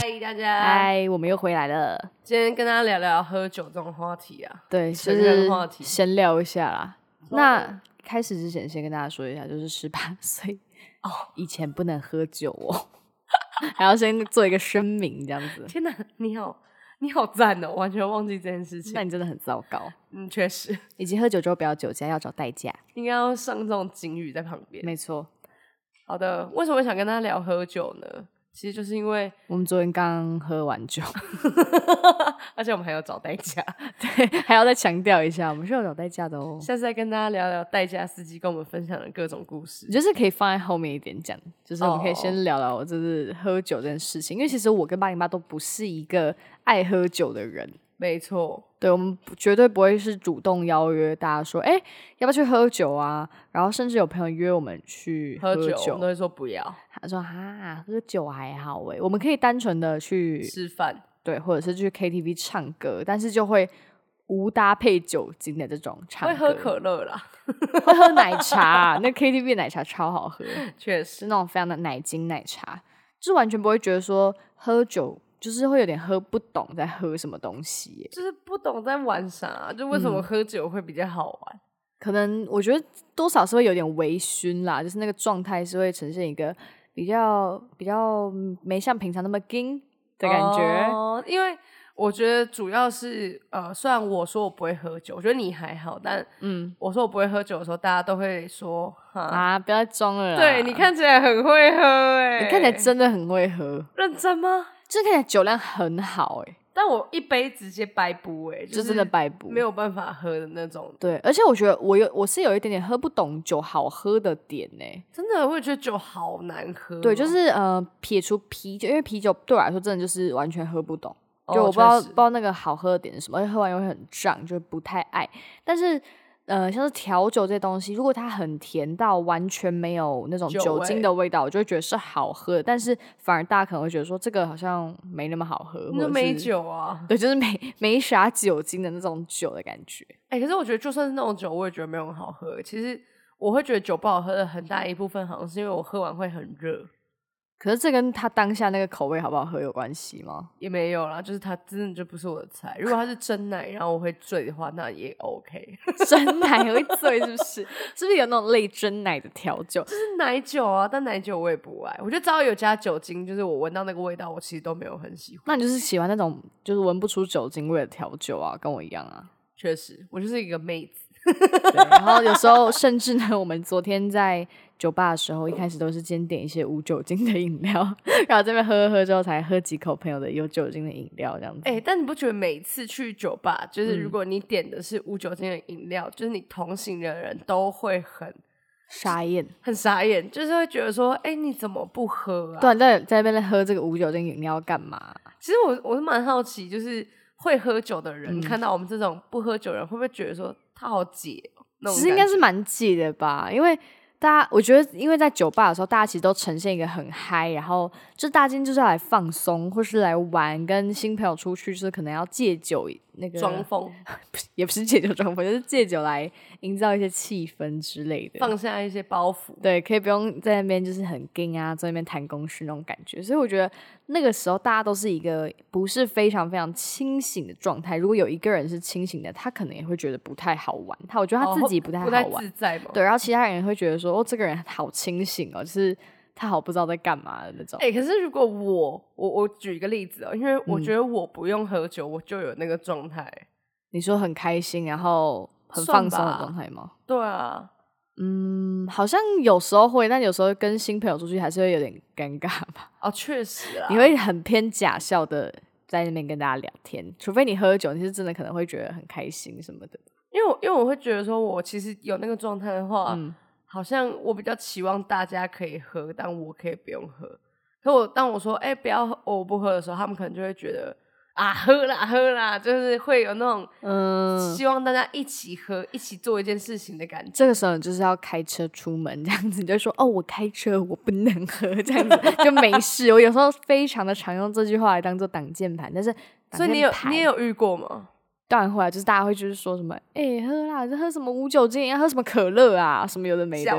嗨，大家！ 嗨，我们又回来了。 今天跟大家聊聊喝酒这种话题啊， 对，就是闲聊一下啦。那开始之前，先跟大家说一下，就是18岁以前不能喝酒哦，还要先做一个声明，这样子。 天哪，你好赞哦，完全忘记这件事情。 那你真的很糟糕。 确实。 以及喝酒之后不要酒驾，要找代驾。 应该要上这种警语在旁边。 没错。 好的，为什么想跟大家聊喝酒呢？其实就是因为我们昨天刚喝完酒而且我们还要找代驾。 对，还要再强调一下，我们是有找代驾的哦。 下次再跟大家聊聊代驾司机跟我们分享的各种故事， 就是可以放在后面一点讲，就是我们可以先聊聊就是喝酒这件事情，因为其实我跟808都不是一个爱喝酒的人。 没错， 对，我们绝对不会是主动邀约大家说，要不要去喝酒啊？然后甚至有朋友约我们去喝酒， 我们都会说不要。 他说喝酒还好我们可以单纯的去吃饭， 对，或者是去 KTV 唱歌，但是就会无搭配酒精的这种唱歌。 会喝可乐啦， 会喝奶茶，那 KTV 奶茶超好喝， 确实是那种非常的奶精奶茶，就是完全不会觉得说喝酒。就是会有点喝不懂在喝什么东西耶， 就是不懂在玩啥，就为什么喝酒会比较好玩？ 可能我觉得多少是会有点微醺啦，就是那个状态是会呈现一个比较没像平常那么硬的感觉。 因为我觉得主要是虽然我说我不会喝酒，我觉得你还好，但我说我不会喝酒的时候，大家都会说不要再装了啦。 对，你看起来很会喝你看起来真的很会喝。 认真吗？ 这看起来酒量很好但我一杯直接掰补就真的掰补， 没有办法喝的那种。 对，而且我觉得我是有一点点喝不懂酒好喝的点真的，我也觉得酒好难喝。 对，就是撇除啤酒，因为啤酒对我来说真的就是完全喝不懂，就我不知道那个好喝的点是什么，而且喝完又会很胀，就不太爱。但是像是调酒这些东西，如果它很甜到完全没有那种酒精的味道，我就会觉得是好喝的。但是反而大家可能会觉得说这个好像没那么好喝，或者是没酒啊， 对，就是没啥酒精的那种酒的感觉。 可是我觉得就算是那种酒，我也觉得没有很好喝。其实我会觉得酒不好喝的很大一部分，好像是因为我喝完会很热。 可是这跟他当下那个口味好不好喝有关系吗？ 也没有啦，就是它真的就不是我的菜。如果它是真奶，然后我会醉的话，那也 OK。 真奶会醉是不是？是不是有那种类真奶的调酒？ 就是奶酒啊，但奶酒我也不爱。我觉得只要有加酒精，就是我闻到那个味道，我其实都没有很喜欢。 那你就是喜欢那种就是闻不出酒精味的调酒啊，跟我一样啊。 确实，我就是一个妹子。 对，然后有时候甚至呢，我们昨天在酒吧的时候，一开始都是先点一些无酒精的饮料，然后这边喝之后才喝几口朋友的有酒精的饮料这样子。 但你不觉得每次去酒吧，就是如果你点的是无酒精的饮料，就是你同行的人都会很傻眼， 就是会觉得说，你怎么不喝啊？ 对，在那边喝这个无酒精饮料干嘛？ 其实我是蛮好奇，就是会喝酒的人看到我们这种不喝酒的人，会不会觉得说他好解哦？ 其实应该是蛮解的吧，因为大家我觉得，因为在酒吧的时候，大家其实都呈现一个很嗨，然后就大家今天就是要来放松，或是来玩，跟新朋友出去，就是可能要借酒那个装疯， 也不是借酒装疯，就是借酒来营造一些气氛之类的， 放下一些包袱。 对，可以不用在那边就是很硬啊，在那边谈公事那种感觉。所以我觉得那个时候大家都是一个不是非常非常清醒的状态。如果有一个人是清醒的，他可能也会觉得不太好玩。我觉得他自己不太好玩， 不太自在嘛。 对，然后其他人会觉得说，这个人好清醒哦，就是他好不知道在干嘛的那种。 可是如果我举一个例子因为我觉得我不用喝酒，我就有那个状态。 你说很开心，然后很放松的状态吗？ 对啊， 好像有时候会，但有时候跟新朋友出去还是会有点尴尬吧。 确实啊， 你会很偏假笑的在那边跟大家聊天，除非你喝酒，你是真的可能会觉得很开心什么的。 因为我会觉得说，我其实有那个状态的话，好像我比较期望大家可以喝，但我可以不用喝。可当我说不要喝，我不喝的时候，他们可能就会觉得喝啦，就是会有那种希望大家一起喝，一起做一件事情的感觉。 这个时候你就是要开车出门这样子，你就说我开车我不能喝这样子就没事。我有时候非常的常用这句话来当做挡箭牌，但是所以你也有遇过吗？ 当然会啊，就是大家会就是说什么喝啦，这喝什么无酒精，要喝什么可乐啊，什么有的没的。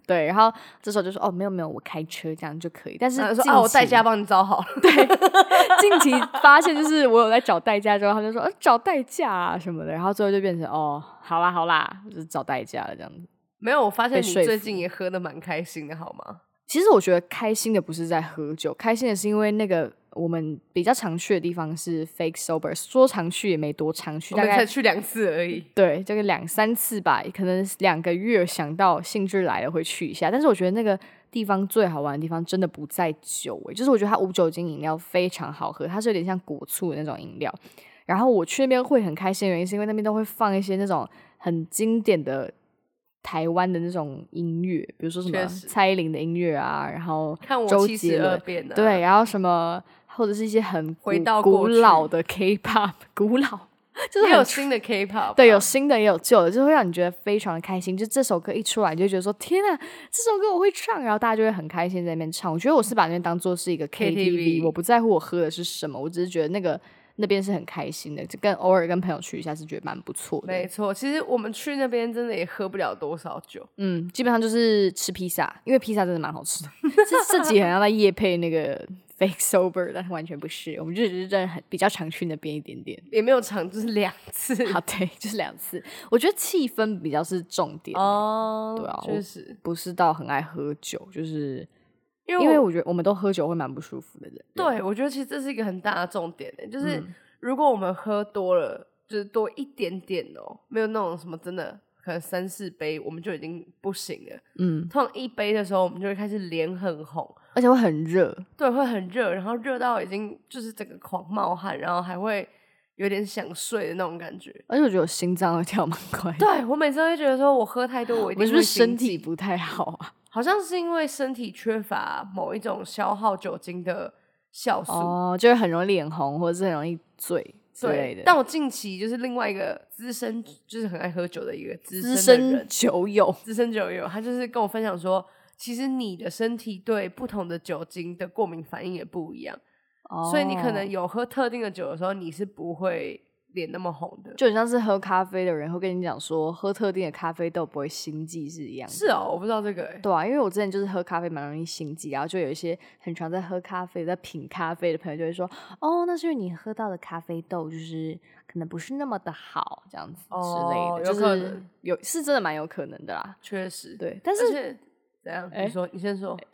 对，然后这时候就说没有我开车这样就可以，但是说我代驾帮你找好了。 对，近期发现就是我有在找代驾之后，他就说找代驾啊什么的，然后最后就变成好啦，就是找代驾了这样子。 没有，我发现你最近也喝得蛮开心的好吗？ 其实我觉得开心的不是在喝酒，开心的是因为那个我们比较常去的地方是 Fake Sober， 说常去也没多常去， 大概才去2次而已。 对，这个2-3次吧，可能2个月想到兴致来了会去一下。但是我觉得那个地方最好玩的地方真的不在酒就是我觉得它无酒精饮料非常好喝，它是有点像果醋的那种饮料。然后我去那边会很开心的原因是因为那边都会放一些那种很经典的台湾的那种音乐，比如说什么蔡依林的音乐啊，然后周杰伦，对，然后什么或者是一些很古老的 K-pop， 古老就是也有新的 K-pop， 对，有新的也有旧的，就会让你觉得非常的开心。就这首歌一出来，你就觉得说天啊，这首歌我会唱，然后大家就会很开心在那边唱。我觉得我是把那边当做是一个 KTV， 我不在乎我喝的是什么，我只是觉得那边是很开心的，就偶尔跟朋友去一下是觉得蛮不错的。 没错，其实我们去那边真的也喝不了多少酒， 基本上就是吃披萨，因为披萨真的蛮好吃的。这集很像在业配那个 Fake Sober， 但是完全不是，我们就只是真的比较常去那边一点点， 也没有常，就是2次。 啊，对，就是2次。我觉得气氛比较是重点对啊， 确实不是到很爱喝酒，就是因为我觉得我们都喝酒会蛮不舒服的人。 对，我觉得其实这是一个很大的重点就是如果我们喝多了，就是多一点点没有那种什么真的可能3-4杯我们就已经不行了。通常1杯的时候我们就会开始脸很红， 而且会很热。 对，会很热，然后热到已经就是整个狂冒汗，然后还会有点想睡的那种感觉。 而且我觉得我心脏会跳蛮快的。 对，我每次都会觉得说我喝太多我一定会心悸。 我是不是身体不太好啊？ 好像是因为身体缺乏某一种消耗酒精的酵素， 就会很容易脸红或者是很容易醉之类的。 但我近期就是另外一个资深，就是很爱喝酒的一个资深酒友， 他就是跟我分享说，其实你的身体对不同的酒精的过敏反应也不一样，所以你可能有喝特定的酒的时候，你是不会脸那么红的， 就很像是喝咖啡的人会跟你讲说，喝特定的咖啡豆不会心悸是一样的。 是哦，我不知道这个对啊，因为我之前就是喝咖啡蛮容易心悸，然后就有一些很常在喝咖啡、在品咖啡的朋友就会说，那是因为你喝到的咖啡豆就是可能不是那么的好，这样子之类的， 有可能是真的蛮有可能的啦， 确实对，但是怎样？你说，你先说。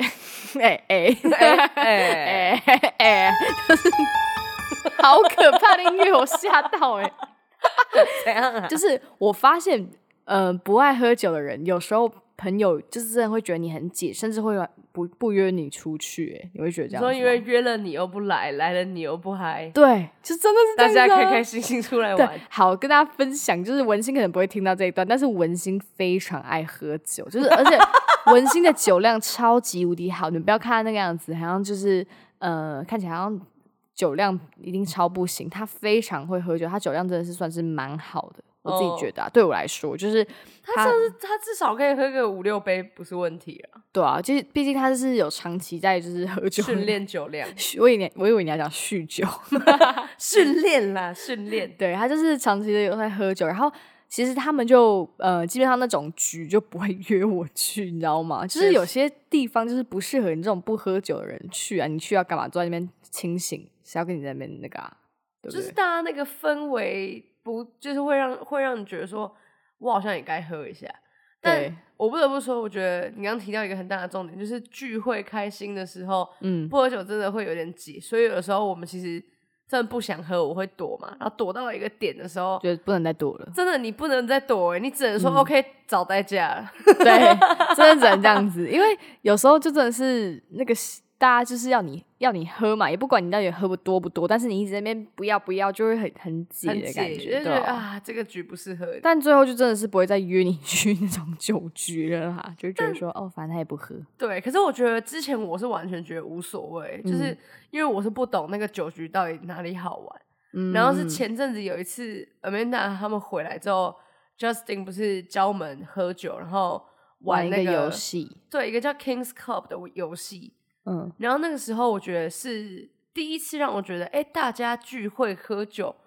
就是好可怕的音乐，我吓到怎样啊？ 就是我发现，不爱喝酒的人，有时候朋友就是真的会觉得你很解，甚至会不约你出去，你会觉得这样子吗？ 说因为约了你又不来，来了你又不嗨， 对，就真的是这样子大家开开心心出来玩。 好，跟大家分享，就是文心可能不会听到这一段，但是文心非常爱喝酒，就是而且文心的酒量超级无敌好，你不要看他那个样子，好像就是看起来好像酒量一定超不行，他非常会喝酒，他酒量真的是算是蛮好的，我自己觉得对我来说，就是他至少可以喝个5-6杯不是问题啊。 对啊，就是毕竟他就是有长期在就是喝酒训练酒量， 我以为你要讲酗酒， 训练啦，训练。 对，他就是长期的有在喝酒，然后其实他们就基本上那种局就不会约我去，你知道吗？就是有些地方就是不适合你这种不喝酒的人去啊，你去要干嘛？坐在那边清醒，谁要跟你在那边那个啊？对不对？ 就是大家那个氛围不就是会让你觉得说，我好像也该喝一下。但我不得不说，我觉得你刚刚提到一个很大的重点，就是聚会开心的时候，不喝酒真的会有点挤，所以有的时候我们其实真的不想喝，我会躲嘛，然后躲到一个点的时候， 觉得不能再躲了。 真的，你不能再躲你只能说 OK 找代驾了。 对，真的只能这样子，因为有时候就真的是那个大家就是要你喝嘛，也不管你到底喝不多，但是你一直在那边不要，就会很解的感觉， 就觉得啊，这个局不适合。 但最后就真的是不会再约你去那种酒局了啦，就觉得说反正他也不喝。 对，可是我觉得之前我是完全觉得无所谓，就是因为我是不懂那个酒局到底哪里好玩。然后是前阵子有一次 Amanda 他们回来之后 ，Justin 不是教我们喝酒，然后玩那个游戏， 对，一个叫 King's Cup 的游戏。然后那个时候我觉得是第一次让我觉得，大家聚会喝酒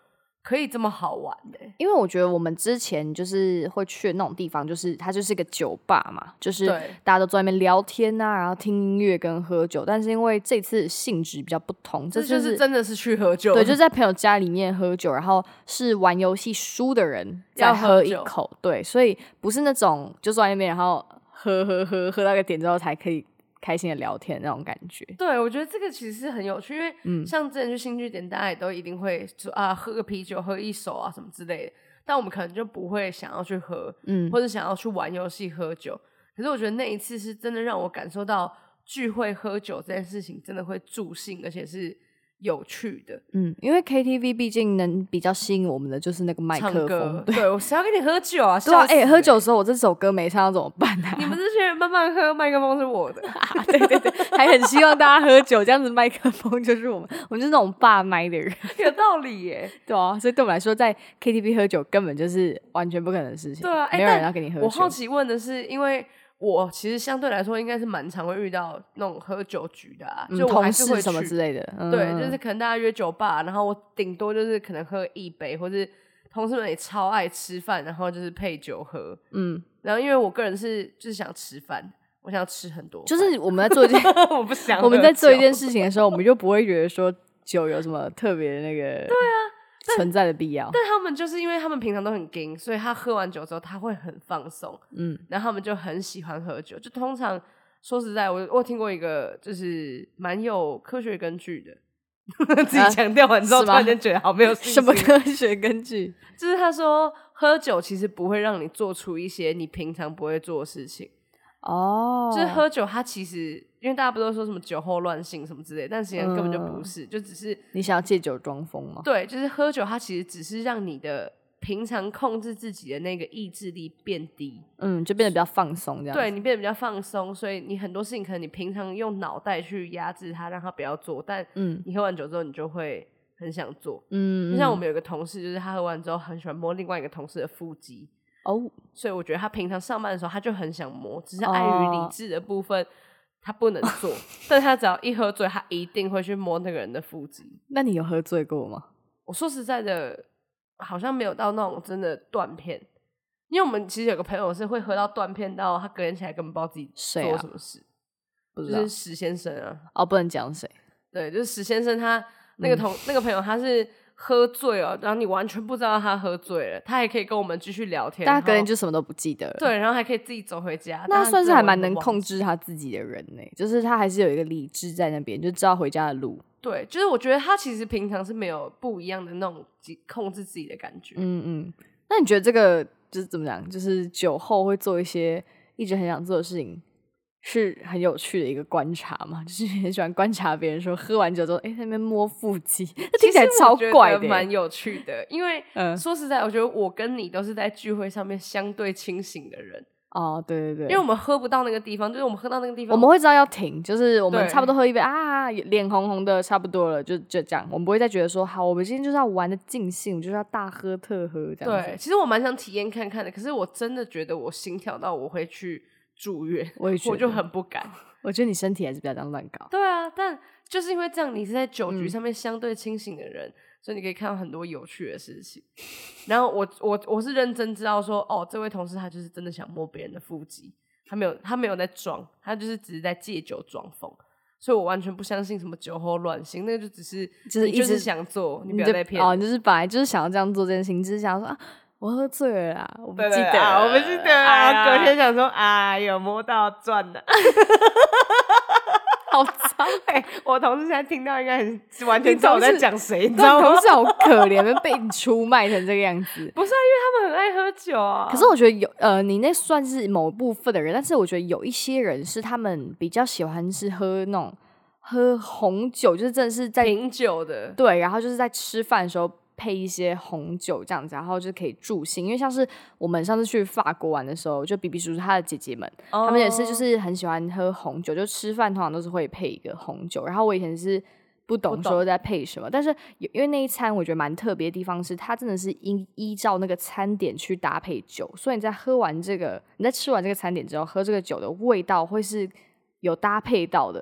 可以这么好玩的。 因为我觉得我们之前就是会去那种地方，就是它就是一个酒吧嘛，就是大家都坐在那边聊天啊，然后听音乐跟喝酒。但是因为这次性质比较不同， 这就是真的是去喝酒， 对，就在朋友家里面喝酒，然后是玩游戏输的人再喝一口，对，所以不是那种就坐在那边然后喝到一个点之后才可以开心的聊天那种感觉。 对，我觉得这个其实是很有趣，因为像之前去新据点，大家也都一定会说啊，喝个啤酒，喝一手啊什么之类的，但我们可能就不会想要去喝，或者想要去玩游戏喝酒。可是我觉得那一次是真的让我感受到聚会喝酒这件事情真的会助兴，而且是有趣的。 因为 KTV 毕竟能比较吸引我们的就是那个麦克风。 对，我谁要跟你喝酒啊？ 对啊，喝酒的时候我这首歌没唱到怎么办啊？ 你们这些人慢慢喝，麦克风是我的。 对对对，还很希望大家喝酒，这样子麦克风就是我们就是那种霸麦的人。 有道理耶。 对啊，所以对我们来说，在 KTV 喝酒根本就是完全不可能的事情。 对啊， 没有人要跟你喝酒。 我好奇问的是，因为我其实相对来说应该是蛮常会遇到那种喝酒局的啊，就我还是会去同事什么之类的。 对，就是可能大家约酒吧，然后我顶多就是可能喝一杯，或是同事们也超爱吃饭，然后就是配酒喝。然后因为我个人就是想吃饭，我想要吃很多饭， 就是我们在做一件我不想我们在做一件事情的时候，我们就不会觉得说酒有什么特别的那个对啊存在的必要。 但他们就是因为他们平常都很硬，所以他喝完酒之后他会很放松，然后他们就很喜欢喝酒。就通常说实在，我听过一个就是蛮有科学根据的，自己强调完之后，突然间觉得好没有信心。 什么科学根据？ 就是他说喝酒其实不会让你做出一些你平常不会做的事情。就是喝酒它其实因为大家不都说什么酒后乱性什么之类的，但实际上根本就不是，就只是你想要借酒装疯吗？ 对，就是喝酒它其实只是让你的平常控制自己的那个意志力变低， 就变得比较放松这样子。 对，你变得比较放松，所以你很多事情可能你平常用脑袋去压制它让它不要做，但你喝完酒之后你就会很想做。就像我们有个同事，就是他喝完之后很喜欢摸另外一个同事的腹肌，所以我觉得他平常上班的时候他就很想摸，只是碍于理智的部分他不能做，但他只要一喝醉他一定会去摸那个人的腹肌。 那你有喝醉过吗？ 我说实在的好像没有到那种真的断片，因为我们其实有个朋友是会喝到断片到他隔天起来根本不知道自己做什么事。 不知道， 就是史先生啊。 不能讲谁。 对，就是史先生他那个那个朋友他是喝醉了，然后你完全不知道他喝醉了，他还可以跟我们继续聊天， 但他隔天就什么都不记得了。 对，然后还可以自己走回家。 那算是还蛮能控制他自己的人呢，就是他还是有一个理智在那边，就知道回家的路。 对，就是我觉得他其实平常是没有不一样的那种控制自己的感觉。 那你觉得这个就是怎么讲？就是酒后会做一些一直很想做的事情，是很有趣的一个观察嘛？就是很喜欢观察别人说喝完酒之后，在那边摸腹肌，那听起来超怪的， 蛮有趣的。因为说实在，我觉得我跟你都是在聚会上面相对清醒的人。 对对对， 因为我们喝不到那个地方，就是我们喝到那个地方， 我们会知道要停，就是我们差不多喝一杯啊，脸红红的，差不多了，就这样，我们不会再觉得说好，我们今天就是要玩的尽兴，就是要大喝特喝这样子。 对，其实我蛮想体验看看的，可是我真的觉得我心跳到我会去住院，我就很不敢。 我觉得你身体还是不要这样乱搞。 对啊，但就是因为这样，你是在酒局上面相对清醒的人，所以你可以看到很多有趣的事情。然后我是认真知道说，这位同事他就是真的想摸别人的腹肌，他没有在装，他就是只是在借酒装疯。所以我完全不相信什么酒后乱性，那个就只是你就是想做，你不要再骗你就是本来就是想要这样做这件事情，只是想说我喝醉了啦，我不记得我不记得啊。隔天想说有摸到赚了。 好糟我同事现在听到应该很完全知道我在讲谁，你知道吗？ 同事好可怜，被你出卖成这个样子。 不是因为他们很爱喝酒啊。 可是我觉得你那算是某部分的人，但是我觉得有一些人是他们比较喜欢是喝那种喝红酒，就是真的是在品酒的。对， 然后就是在吃饭的时候配一些红酒这样子，然后就可以助兴。因为像是我们上次去法国玩的时候，就比比叔叔他的姐姐们，他们也是就是很喜欢喝红酒，就吃饭通常都是会配一个红酒。然后我以前是不懂说在配什么，但是因为那一餐我觉得蛮特别的地方是，它真的是依照那个餐点去搭配酒，所以你在吃完这个餐点之后，喝这个酒的味道会是有搭配到的。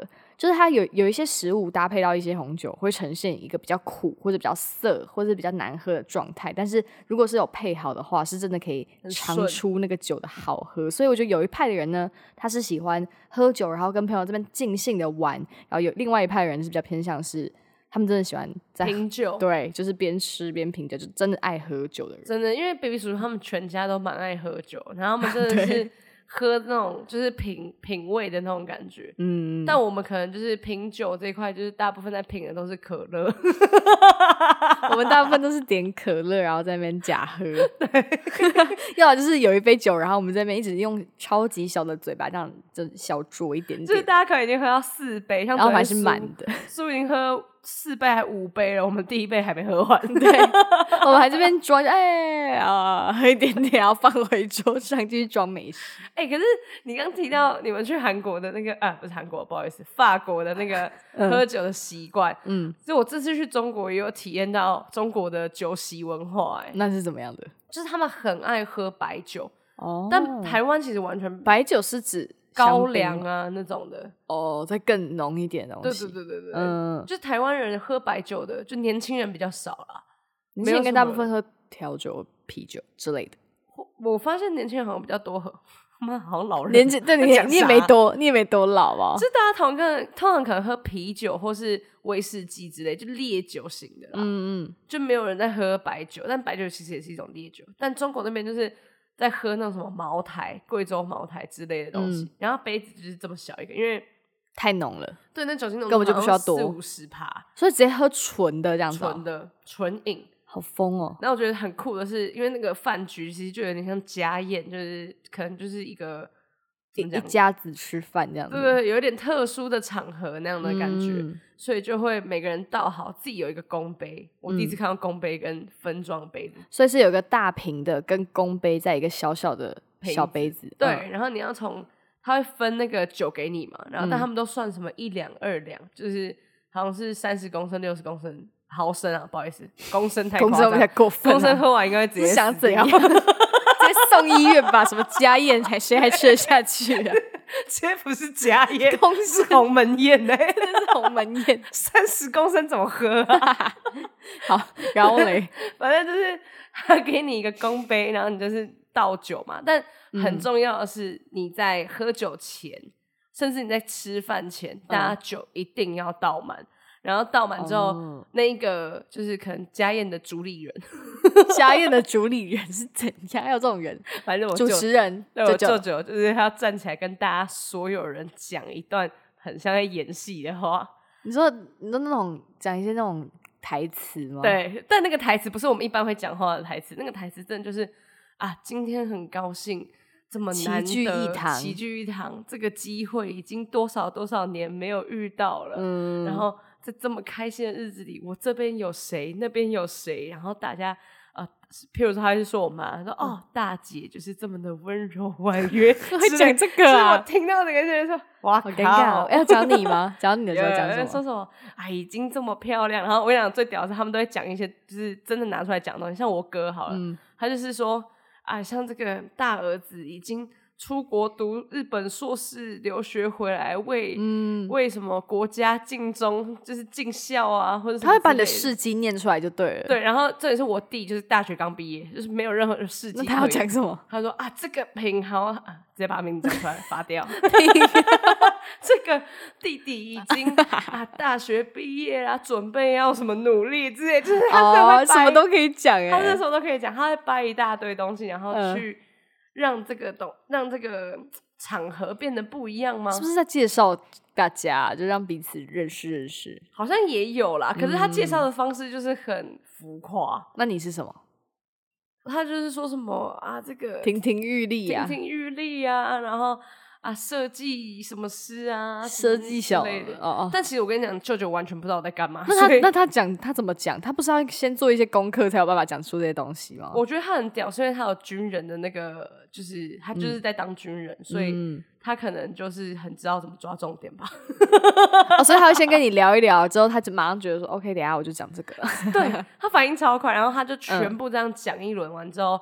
就是它有一些食物搭配到一些红酒，会呈现一个比较苦或者比较涩或者比较难喝的状态。但是如果是有配好的话，是真的可以尝出那个酒的好喝。所以我觉得有一派的人呢，他是喜欢喝酒，然后跟朋友这边尽兴的玩；然后有另外一派的人是比较偏向是。他们真的喜欢在品酒， 对，就是边吃边品酒，就真的爱喝酒的人。 真的，因为 baby 叔叔他们全家都蛮爱喝酒，然后他们真的是喝那种就是品味的那种感觉。但我们可能就是品酒这一块，就是大部分在品的都是可乐。 我们大部分都是点可乐，然后在那边假喝。对，要么就是有一杯酒，然后我们在那边一直用超级小的嘴巴这样就小酌一点点， 就是大家可能已经喝到4杯，像然后还是满的， 苏已经喝4杯还5杯了，我们第1杯还没喝完。 对，我们还这边装，喝一点点，然后放回桌上继续装美食。 可是你刚提到你们去韩国的那个不是韩国，不好意思，法国的那个喝酒的习惯，所以我这次去中国也有体验到中国的酒席文化。 那是怎么样的？ 就是他们很爱喝白酒，但台湾其实完全白酒是指高粱啊那种的再更浓一点的东西。 对，就台湾人喝白酒的，就年轻人比较少啦。 年轻人跟大部分喝调酒、啤酒之类的。 我发现年轻人好像比较多喝，妈好像老人。 对，你也没多老吧？ 就大家通常可能喝啤酒或是威士忌之类，就烈酒型的啦。就没有人在喝白酒，但白酒其实也是一种烈酒。但中国那边就是在喝那种什么茅台、贵州茅台之类的东西，然后杯子就是这么小一个，因为太浓了。 对，那酒精浓度根本就不需要多 40-50%， 所以直接喝纯的这样子。 纯饮。 好疯哦！ 然后我觉得很酷的是，因为那个饭局其实就有点像家宴，就是可能就是一个一家子吃饭这样子， 对，有一点特殊的场合那样的感觉，所以就会每个人倒好，自己有一个公杯。我第一次看到公杯跟分装杯子， 所以是有一个大瓶的跟公杯，在一个小小的小杯子。 对，然后你要他会分那个酒给你嘛，然后但他们都算什么1两2两，就是好像是30公升、60公升。毫升啊，不好意思，公升太夸张， 公升太过分公升喝完应该会直接想怎样？直接送医院吧？什么家宴谁还吃得下去啊？ 直接不是家宴，是鸿门宴真的是鸿门宴。 30公升怎么喝啊？ 好，然后嘞， 反正就是他给你一个公杯，然后你就是倒酒嘛。但很重要的是，你在喝酒前，甚至你在吃饭前，大家酒一定要倒满。然后倒满之后，那一个就是可能家宴的主理人， 家宴的主理人是怎样？要这种人， 反正我主持人， 对我舅舅就是他要站起来跟大家所有人讲一段很像在演戏的话。 你说那种讲一些那种台词吗？ 对，但那个台词不是我们一般会讲话的台词，那个台词真的就是今天很高兴。这么难得齐聚一堂，这个机会已经多少年没有遇到了。然后在这么开心的日子里，我这边有谁，那边有谁，然后大家譬如说他就说我妈说大姐就是这么的温柔婉约， 会讲这个啊？ 我听到那个人说哇， 好尴尬。要讲你吗？讲你的时候讲什么？ 说什么已经这么漂亮。然后我跟你讲最屌的是他们都会讲一些就是真的拿出来讲的东西，像我哥好了，他就是说像这个大儿子已经出国读日本硕士留学回来，为什么国家尽忠，就是尽孝啊，或者他会把你的事迹念出来就对了。 对，然后这也是我弟，就是大学刚毕业，就是没有任何的事迹。 那他要讲什么？ 他说这个品豪直接把名字讲出来发掉。这个弟弟已经大学毕业啦，准备要什么努力之类，就是他什么都可以讲他那时候都可以讲，他会掰一大堆东西，然后去让这个场合变得不一样吗？ 是不是在介绍大家，就让彼此认识？ 好像也有啦，可是他介绍的方式就是很浮夸。 那你是什么？ 他就是说什么这个亭亭玉立然后设计什么诗设计小类的但其实我跟你讲，舅舅完全不知道我在干嘛。 那他怎么讲？他不是要先做一些功课才有办法讲出这些东西吗？ 我觉得他很屌，是因为他有军人的那个，就是他就是在当军人，所以他可能就是很知道怎么抓重点吧。 所以他会先跟你聊一聊，之后他就马上觉得说 OK， 等一下我就讲这个。 对，他反应超快，然后他就全部这样讲一轮完之后，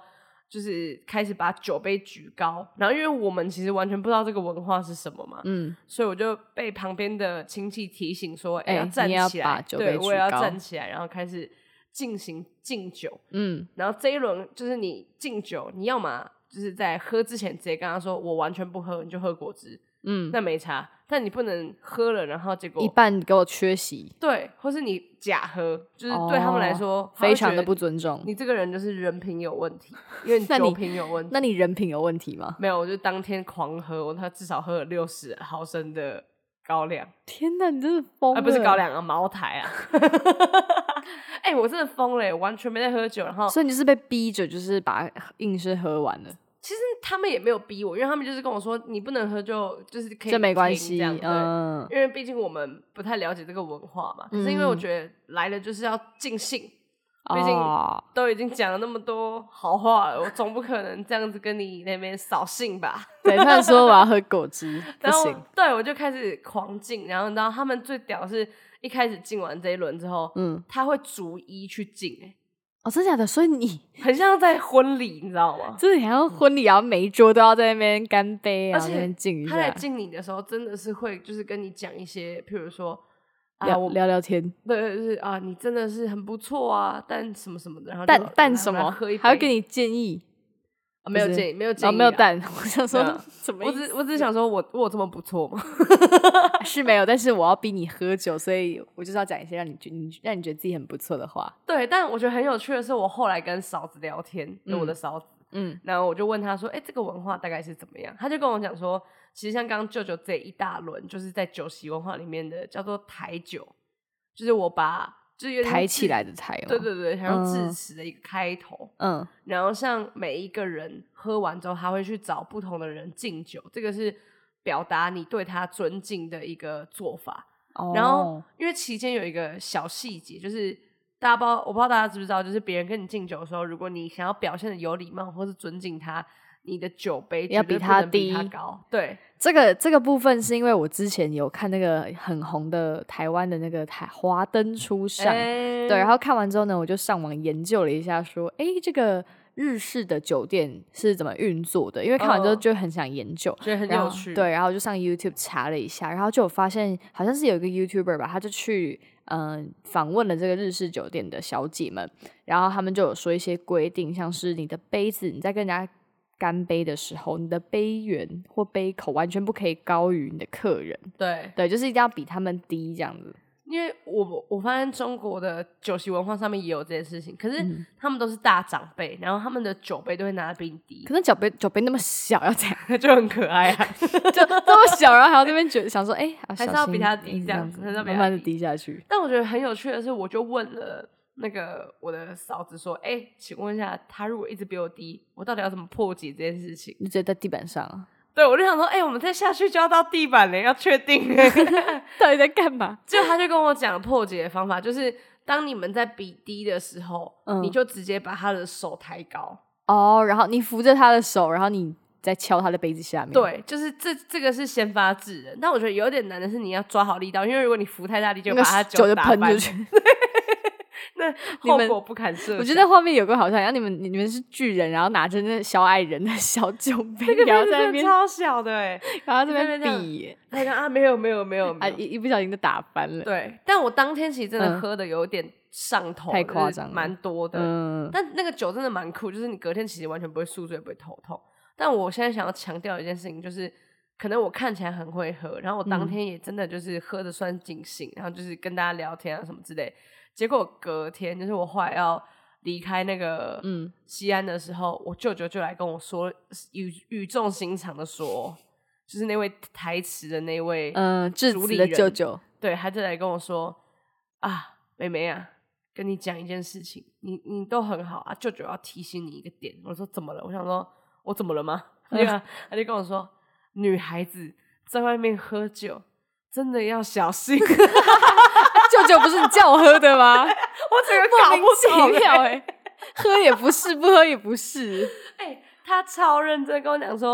就是开始把酒杯举高，然后因为我们其实完全不知道这个文化是什么嘛，所以我就被旁边的亲戚提醒说，要站起来，对，我也要站起来，然后开始进行敬酒，然后这一轮就是你敬酒，你要嘛就是在喝之前直接跟他说我完全不喝，你就喝果汁，那没差，但你不能喝了然后结果一半给我缺席， 对，或是你假喝，就是对他们来说非常的不尊重， 你这个人就是人品有问题，因为你酒品有问题。 那你人品有问题吗？ 没有，我就当天狂喝，他至少喝了60毫升的高粱。 天哪，你真的疯了！ 不是高粱啊，茅台啊。我真的疯了，完全没在喝酒，然后所以你就是被逼着，就是把硬是喝完了。 其实他们也没有逼我，因为他们就是跟我说你不能喝就是可以， 这没关系， 因为毕竟我们不太了解这个文化嘛。可是因为我觉得来了就是要尽兴，毕竟都已经讲了那么多好话了，我总不可能这样子跟你那边扫兴吧？ 对，他们说我要喝果汁，不行。 对，我就开始狂敬，然后他们最屌是一开始敬完这一轮之后，他会逐一去敬， 真的假的？所以你很像在婚礼，你知道吗？ 真的很像婚礼，然后每一桌都要在那边干杯，然后在那边敬一下。 他在敬你的时候，真的是会就是跟你讲一些，譬如说聊聊天， 对，就是你真的是很不错啊，但什么什么的，然后但什么，还会给你建议。 没有建议，没有建议， 没有蛋。我想说，什么意思？ 我只是想说我有这么不错吗？ 是没有，但是我要逼你喝酒，所以我就是要讲一些让你觉得自己很不错的话。 对，但我觉得很有趣的是，我后来跟嫂子聊天，跟我的嫂子，然后我就问他说，这个文化大概是怎么样？他就跟我讲说，其实像刚刚舅舅这一大轮，就是在酒席文化里面的叫做台酒，就是我把。就是有点抬起来的抬嘛， 对对对，还有致辞的一个开头，然后像每一个人喝完之后，他会去找不同的人敬酒，这个是表达你对他尊敬的一个做法。然后因为期间有一个小细节，就是我不知道大家知不知道，就是别人跟你敬酒的时候，如果你想要表现的有礼貌或是尊敬他，你的酒杯要比他低， 比他高。对， 这个部分是因为我之前有看那个很红的台湾的那个华灯初上，对，然后看完之后呢，我就上网研究了一下，说，这个日式的酒店是怎么运作的？因为看完之后就很想研究， 觉得很有趣。 对，然后就上 YouTube 查了一下，然后就有发现好像是有一个 YouTuber 吧，他就去访问了这个日式酒店的小姐们，然后他们就有说一些规定，像是你的杯子，你在跟人家干杯的时候，你的杯缘或杯口完全不可以高于你的客人。对，就是一定要比他们低这样子。 因为我发现中国的酒席文化上面也有这件事情，可是他们都是大长辈，然后他们的酒杯都会拿得比你低。 可是酒杯那么小，要这样就很可爱啊， 就这么小，然后还要这边想说， 还是要比他低这样子， 慢慢的低下去。 但我觉得很有趣的是，我就问了那个我的嫂子说，请问一下，他如果一直比我低，我到底要怎么破解这件事情？ 你直接在地板上啊？ 对，我就想说，我们再下去就要到地板了，要确定到底在干嘛？ 就他就跟我讲破解的方法，就是当你们在比低的时候，你就直接把他的手抬高然后你扶着他的手，然后你再敲他的杯子下面。 对，就是这个是先发制人，但我觉得有点难的是你要抓好力道，因为如果你扶太大力，就把他酒就打翻喷出去。 那后果不堪设想。 我觉得画面有个好像，然后你们是巨人，然后拿着那小矮人的小酒杯，然后在那边超小的然后在那边比， 他讲没有一不小心就打翻了。 对，但我当天其实真的喝的有点上头， 太夸张了， 蛮多的。但那个酒真的蛮酷，就是你隔天其实完全不会宿醉，不会头痛。但我现在想要强调一件事情，就是可能我看起来很会喝，然后我当天也真的就是喝的算尽兴，然后就是跟大家聊天啊什么之类。结果隔天就是我后来要离开那个西安的时候，我舅舅就来跟我说，语重心长的说，就是那位台词的那位致辞的舅舅， 对，他就来跟我说妹妹啊，跟你讲一件事情，你都很好啊，舅舅要提醒你一个点。我说怎么了？我想说我怎么了吗？他就跟我说，女孩子在外面喝酒真的要小心。 舅舅不是你叫我喝的吗？ 我整个搞不懂喝也不是，不喝也不是。 他超认真跟我讲说，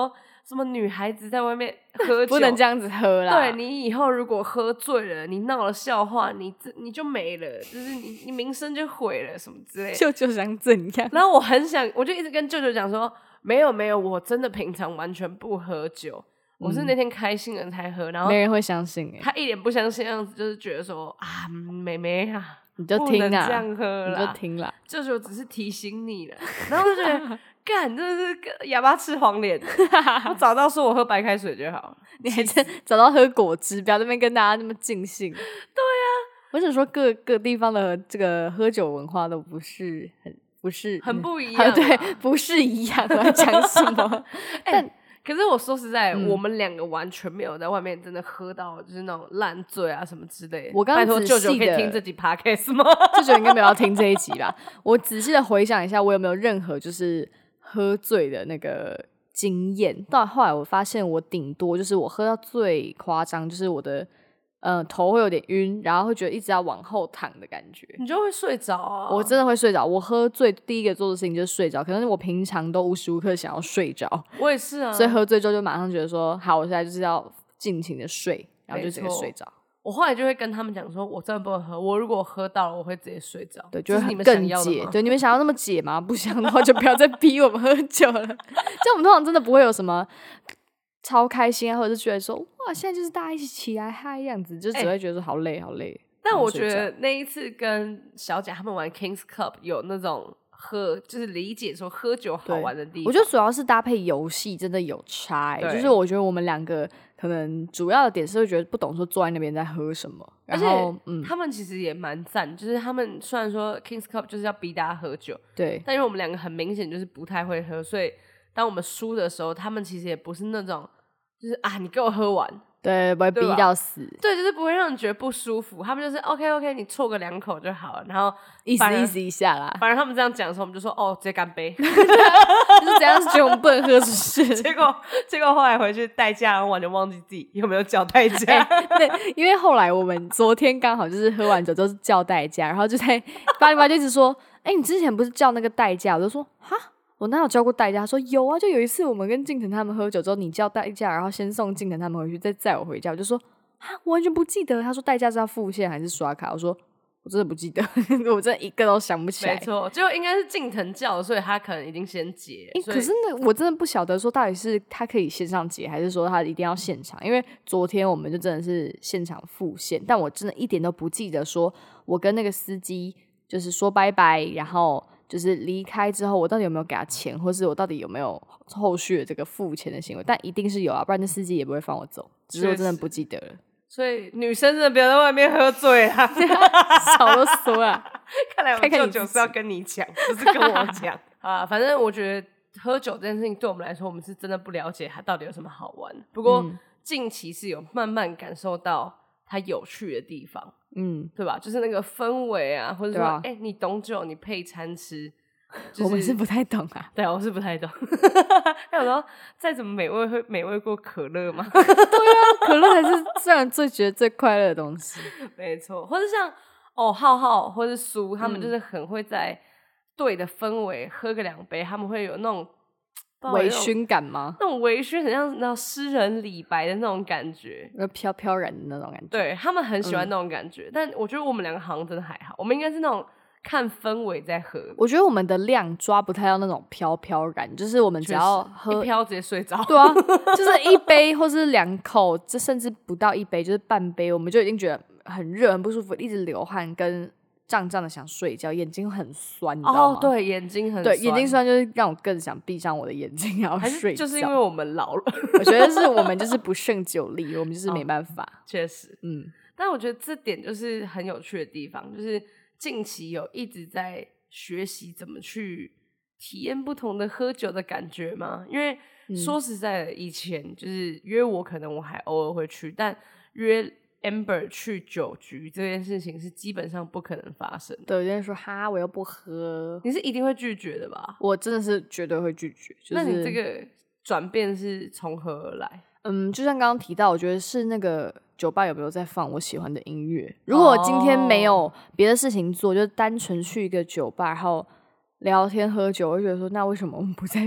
什么女孩子在外面喝酒不能这样子喝啦。 对，你以后如果喝醉了，你闹了笑话，你就没了，就是你名声就毁了什么之类的。 舅舅想怎样？ 然后我就一直跟舅舅讲说，没有，我真的平常完全不喝酒，我是那天开心了才喝。然后没人会相信他一脸不相信的样子，就是觉得说啊，妹妹啊， 你就听啊， 不能这样喝啦， 你就听啦。 舅舅只是提醒你了，然后就觉得干，真的是哑巴吃黄连。我早到说我喝白开水就好， 你还真找到喝果汁，不要在那边跟大家那么尽兴。对啊， 我想说各地方的这个喝酒文化都不是很不一样， 对，不是一样。我在讲什么？但可是我说实在，我们两个完全没有在外面真的喝到就是那种烂醉啊什么之类的。 我刚拜托舅舅可以仔细的听这集 podcast 吗？ 舅舅应该没有要听这一集吧？我仔细的回想一下，我有没有任何就是喝醉的那个经验？到后来我发现，我顶多就是我喝到最夸张，就是我的头会有点晕，然后会觉得一直要往后躺的感觉。 你就会睡着啊！ 我真的会睡着。我喝醉第一个做的事情就是睡着，可能我平常都无时无刻想要睡着。 我也是啊， 所以喝醉之后就马上觉得说，好，我现在就是要尽情的睡，然后就直接睡着。 我后来就会跟他们讲说，我真的不能喝，我如果喝到了，我会直接睡着。 对，就是你们更想要的吗？ 解。对，你们想要那么解吗？不想的话，就不要再逼我们喝酒了。这样我们通常真的不会有什么超开心啊，或者是觉得说，哇，现在就是大家一起起来嗨样子，就只会觉得说好累好累。 但我觉得那一次跟小贾他们玩 Kings Club 有那种就是理解说喝酒好玩的地方。 我觉得主要是搭配游戏真的有差就是我觉得我们两个可能主要的点是会觉得不懂说坐在那边在喝什么，然后他们其实也蛮赞，就是他们虽然说 Kings Club 就是要逼大家喝酒， 对， 但因为我们两个很明显就是不太会喝，所以当我们输的时候，他们其实也不是那种就是啊你给我喝完。 对，不会逼到死。 对，就是不会让你觉得不舒服。他们就是 OK， 你啜个2口就好了，然后意思一下啦。 反正他们这样讲的时候，我们就说哦，直接干杯。 就是怎样觉得我们不能喝，是不是？ 结果后来回去代驾，然后完全忘记自己有没有叫代驾。 对，因为后来我们昨天刚好就是喝完酒之后叫代驾，然后就在808就一直说，你之前不是叫那个代驾？我就说哈。我哪有叫过代驾？他说有啊，就有一次我们跟静腾他们喝酒之后，你叫代驾，然后先送静腾他们回去，再载我回家。我就说啊，我完全不记得。他说代驾是要付现还是刷卡？我说我真的不记得，我真的一个都想不起来。 没错，就应该是静腾叫的，所以他可能已经先结。 可是我真的不晓得说到底是他可以线上结，还是说他一定要现场？因为昨天我们就真的是现场付现，但我真的一点都不记得说我跟那个司机就是说拜拜，然后就是离开之后，我到底有没有给他钱，或是我到底有没有后续的这个付钱的行为？但一定是有啊，不然那司机也不会放我走。只是我真的不记得了。 所以女生真的不要在外面喝醉啊， 少啰嗦了。 看来我舅舅是要跟你讲，不是跟我讲啊。反正我觉得喝酒这件事情对我们来说，我们是真的不了解它到底有什么好玩。不过近期是有慢慢感受到它有趣的地方。对吧？就是那个氛围啊，或者说，你懂酒，你配餐吃， 我们是不太懂啊。 对啊，我是不太懂。还有说，再怎么美味会美味过可乐吗？ 对啊，可乐才是虽然觉得最快乐的东西。 没错，或者像浩浩或者苏，他们就是很会在对的氛围喝个2杯，他们会有那种微醺感吗？ 那种微醺很像那种诗人李白的那种感觉， 飘飘然的那种感觉。 对，他们很喜欢那种感觉，但我觉得我们两个好像真的还好，我们应该是那种看氛围在喝。 我觉得我们的量抓不太到那种飘飘感，就是我们只要喝一飘直接睡着。 对啊，就是1杯或是2口，这甚至不到1杯，就是半杯，我们就已经觉得很热、很不舒服，一直流汗跟胀胀的想睡觉，眼睛很酸，你知道吗？ 对，眼睛很酸。 对，眼睛酸就是让我更想闭上我的眼睛，然后睡觉。 就是因为我们老了， 我觉得是我们就是不胜酒力，我们就是没办法。 确实，但我觉得这点就是很有趣的地方，就是近期有一直在学习怎么去体验不同的喝酒的感觉嘛。因为说实在的，以前就是约我，可能我还偶尔会去，但约Amber 去酒局这件事情是基本上不可能发生的。 对，有人说哈，我又不喝， 你是一定会拒绝的吧？ 我真的是绝对会拒绝。 那你这个转变是从何而来？ 就像刚刚提到，我觉得是那个酒吧有没有在放我喜欢的音乐。如果我今天没有别的事情做，就单纯去一个酒吧，然后聊天喝酒，我就觉得说，那为什么我们不在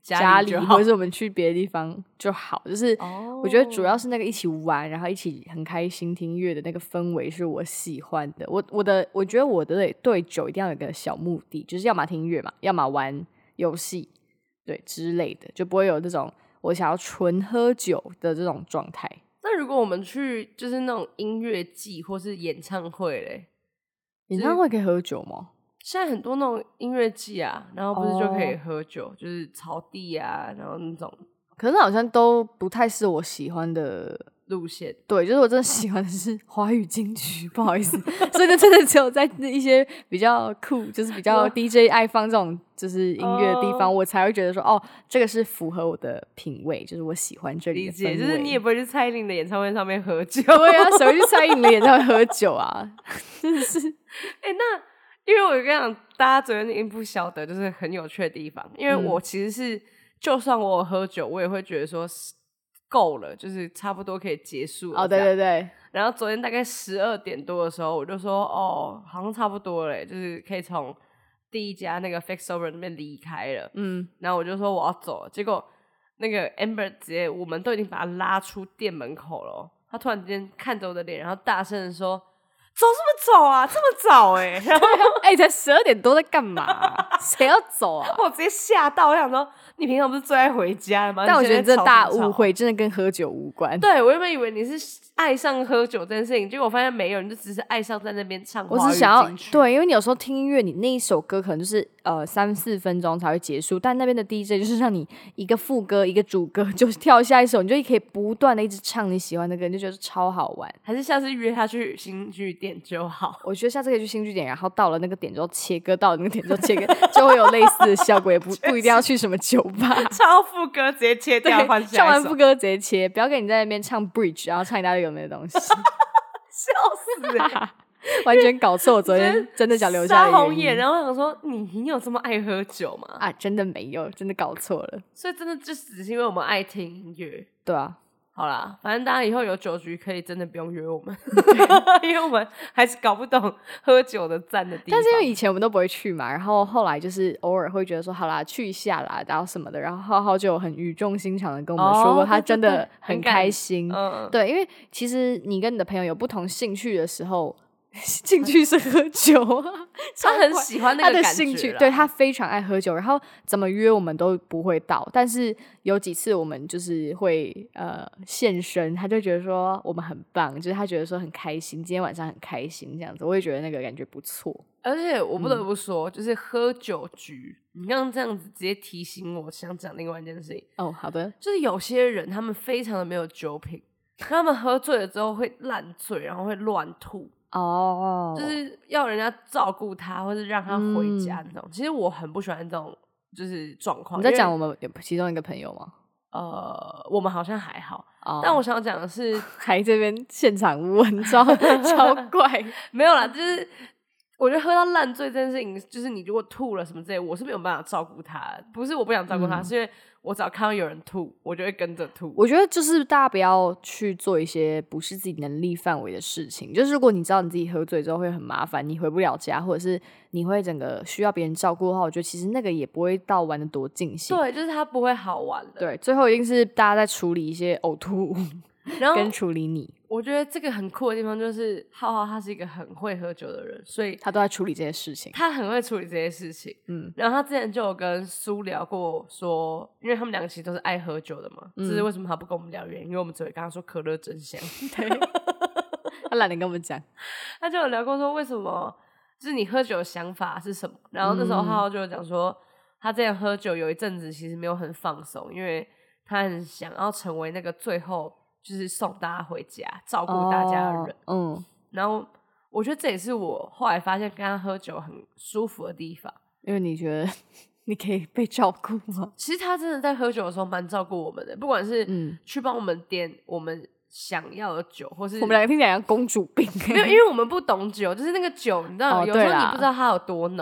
家里或者是我们去别的地方就好，就是我觉得主要是那个一起玩，然后一起很开心听音乐的那个氛围是我喜欢的。我觉得我的对酒一定要有一个小目的，就是要么听音乐嘛，要么玩游戏，对之类的，就不会有这种我想要纯喝酒的这种状态。 那如果我们去就是那种音乐季或是演唱会嘞？ 演唱会可以喝酒吗？ 现在很多那种音乐季啊，然后不是就可以喝酒，就是草地啊，然后那种， 可是好像都不太是我喜欢的路线。 对，就是我真的喜欢的是华语金曲，不好意思，所以真的只有在一些比较酷，就是比较 DJ 爱放这种就是音乐的地方，我才会觉得说哦，这个是符合我的品味，就是我喜欢这里的氛围。 就是你也不会去蔡依林的演唱会上面喝酒， 对啊，谁会去蔡依林的演唱会喝酒啊？真的是， 那因为我跟你讲，大家昨天已经不晓得，就是很有趣的地方，因为我其实是，就算我有喝酒，我也会觉得说够了，就是差不多可以结束了。 对对对。 然后昨天大概12点多的时候，我就说好像差不多了，就是可以从第一家那个 Fix Over 那边离开了。然后我就说我要走了，结果那个 Amber 直接，我们都已经把他拉出店门口了，他突然间看着我的脸，然后大声的说：“走什么走啊，这么早然后才12点多在干嘛？谁要走啊？ 我直接吓到，我想说你平常不是最爱回家的吗？ 但我觉得这大误会，真的跟喝酒无关。 对，我原本以为你是爱上喝酒这件事情，结果我发现没有，你就只是爱上在那边唱华语金曲。 我是想要对，因为你有时候听音乐，你那一首歌可能就是3-4分钟才会结束，但那边的 DJ 就是让你一个副歌一个主歌就跳下一首，你就可以不断的一直唱你喜欢的歌，你就觉得超好玩。 还是下次约他去新据点就好。 我觉得下次可以去新据点，然后到了那个点之后切歌，到了那个点之后切歌，就会有类似的效果，也不一定要去什么酒吧。 唱副歌直接切掉，换下一首。 唱完副歌直接切，不要跟你在那边唱 bridge， 然后唱一大堆有没的东西。 笑死完全搞错，我昨天真的想留下的原因。 杀红眼，然后我想说你有这么爱喝酒吗？ 真的没有，真的搞错了。 所以真的就只是因为我们爱听音乐。 对啊， 好啦，反正大家以后有酒局可以真的不用约我们，因为我们还是搞不懂喝酒的赞的地方。 但是因为以前我们都不会去嘛，然后后来就是偶尔会觉得说好啦去一下啦，然后什么的，然后浩浩就很语重心长的跟我们说过，他真的很开心。对，因为其实你跟你的朋友有不同兴趣的时候，兴趣是喝酒啊， 他很喜欢那个感觉， 他的兴趣，对，他非常爱喝酒，然后怎么约我们都不会到，但是有几次我们就是会现身，他就觉得说我们很棒，就是他觉得说很开心，今天晚上很开心这样子，我也觉得那个感觉不错。 而且我不得不说，就是喝酒局，你刚刚这样子直接提醒我想讲另外一件事情。 好的， 就是有些人他们非常的没有酒品，他们喝醉了之后会烂醉，然后会乱吐。就是要人家照顾他，或是让他回家那种。其实我很不喜欢这种就是状况。 你在讲我们其中一个朋友吗？ 我们好像还好，但我想讲的是， 还这边现场问超怪， 没有啦，就是我觉得喝到烂醉这件事情，就是你如果吐了什么之类，我是没有办法照顾他，不是我不想照顾他，是因为我只要看到有人吐，我就会跟着吐。 我觉得就是大家不要去做一些不是自己能力范围的事情，就是如果你知道你自己喝醉之后会很麻烦，你回不了家，或者是你会整个需要别人照顾的话，我觉得其实那个也不会到玩得多尽兴。 对，就是它不会好玩的。 对，最后一定是大家在处理一些呕吐物，然后跟处理你。 我觉得这个很酷的地方就是浩浩他是一个很会喝酒的人，所以他都在处理这些事情。 他很会处理这些事情，然后他之前就有跟苏聊过说，因为他们两个其实都是爱喝酒的嘛，这是为什么他不跟我们聊原因，因为我们只会跟他说可乐真香， 对，他懒得跟我们讲。 他就有聊过说为什么就是你喝酒的想法是什么，然后那时候浩浩就有讲说，他之前喝酒有一阵子其实没有很放松，因为他很想要成为那个最后就是送大家回家照顾大家的人。然后我觉得这也是我后来发现跟他喝酒很舒服的地方， 因为你觉得你可以被照顾吗？ 其实他真的在喝酒的时候蛮照顾我们的，不管是去帮我们点我们想要的酒，或是我们两个听起来像公主病。 没有，因为我们不懂酒，就是那个酒你知道，有时候你不知道它有多浓，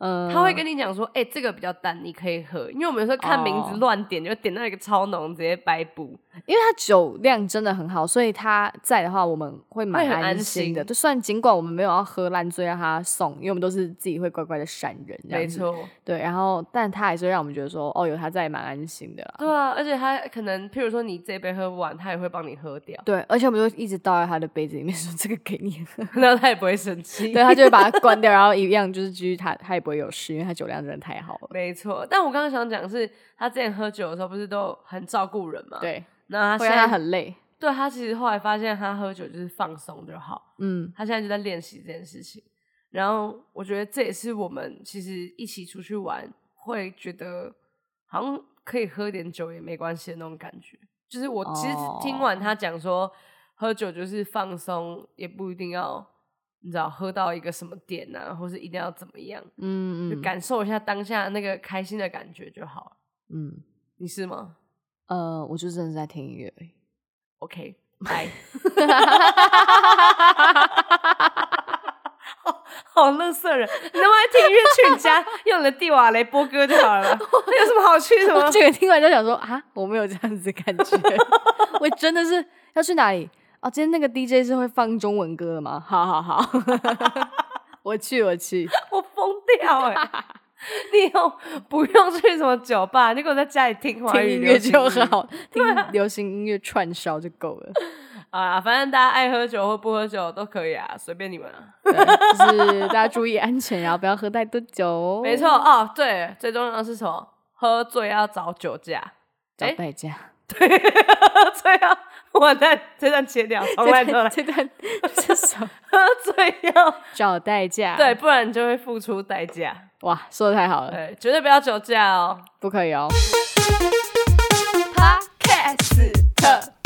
他会跟你讲说这个比较淡你可以喝，因为我们有时候看名字乱点就点到一个超浓直接掰补， 因为他酒量真的很好，所以他在的话我们会蛮安心的，就算尽管我们没有要喝烂醉让他送，因为我们都是自己会乖乖的闪人这样子，没错，对，然后但他还是会让我们觉得说有他在蛮安心的啦。 对啊，而且他可能譬如说你这杯喝不完他也会帮你喝掉， 对，而且我们就一直倒在他的杯子里面说这个给你喝， 然后他也不会生气， 对，他就会把它关掉，然后一样就是继续他也不会有事，因为他酒量真的太好了。 没错，但我刚刚想讲的是他之前喝酒的时候不是都很照顾人嘛， 对， 那会让他很累， 对，他其实后来发现他喝酒就是放松就好，他现在就在练习这件事情，然后我觉得这也是我们其实一起出去玩会觉得好像可以喝点酒也没关系的那种感觉，就是我其实听完他讲说喝酒就是放松，也不一定要你知道喝到一个什么点啊，或是一定要怎么样，就感受一下当下那个开心的感觉就好了。你是吗？ 我就真的是在听音乐而已。 OK， 拜。好垃圾人，你能不能听音乐去你家用你的蒂瓦雷播歌就好了？有什么好去什么？ 这个听完就想说我没有这样子的感觉，我真的是要去哪里？今天那个 DJ 是会放中文歌的吗？好，我去，我疯掉你不用去什么酒吧，你给我在家里听华语音乐就好，听流行音乐串烧就够了。 反正大家爱喝酒或不喝酒都可以啊，随便你们啊。 对，就是大家注意安全，然后不要喝太多酒。 没错对，最重要的是什么？喝醉要找酒驾， 找代驾。 对，喝醉要完蛋，这段切掉，重来。 这段是什么？ 喝醉要找代驾， 对，不然你就会付出代价。 哇，说得太好了， 对，绝对不要酒驾哦， 不可以哦。 Podcast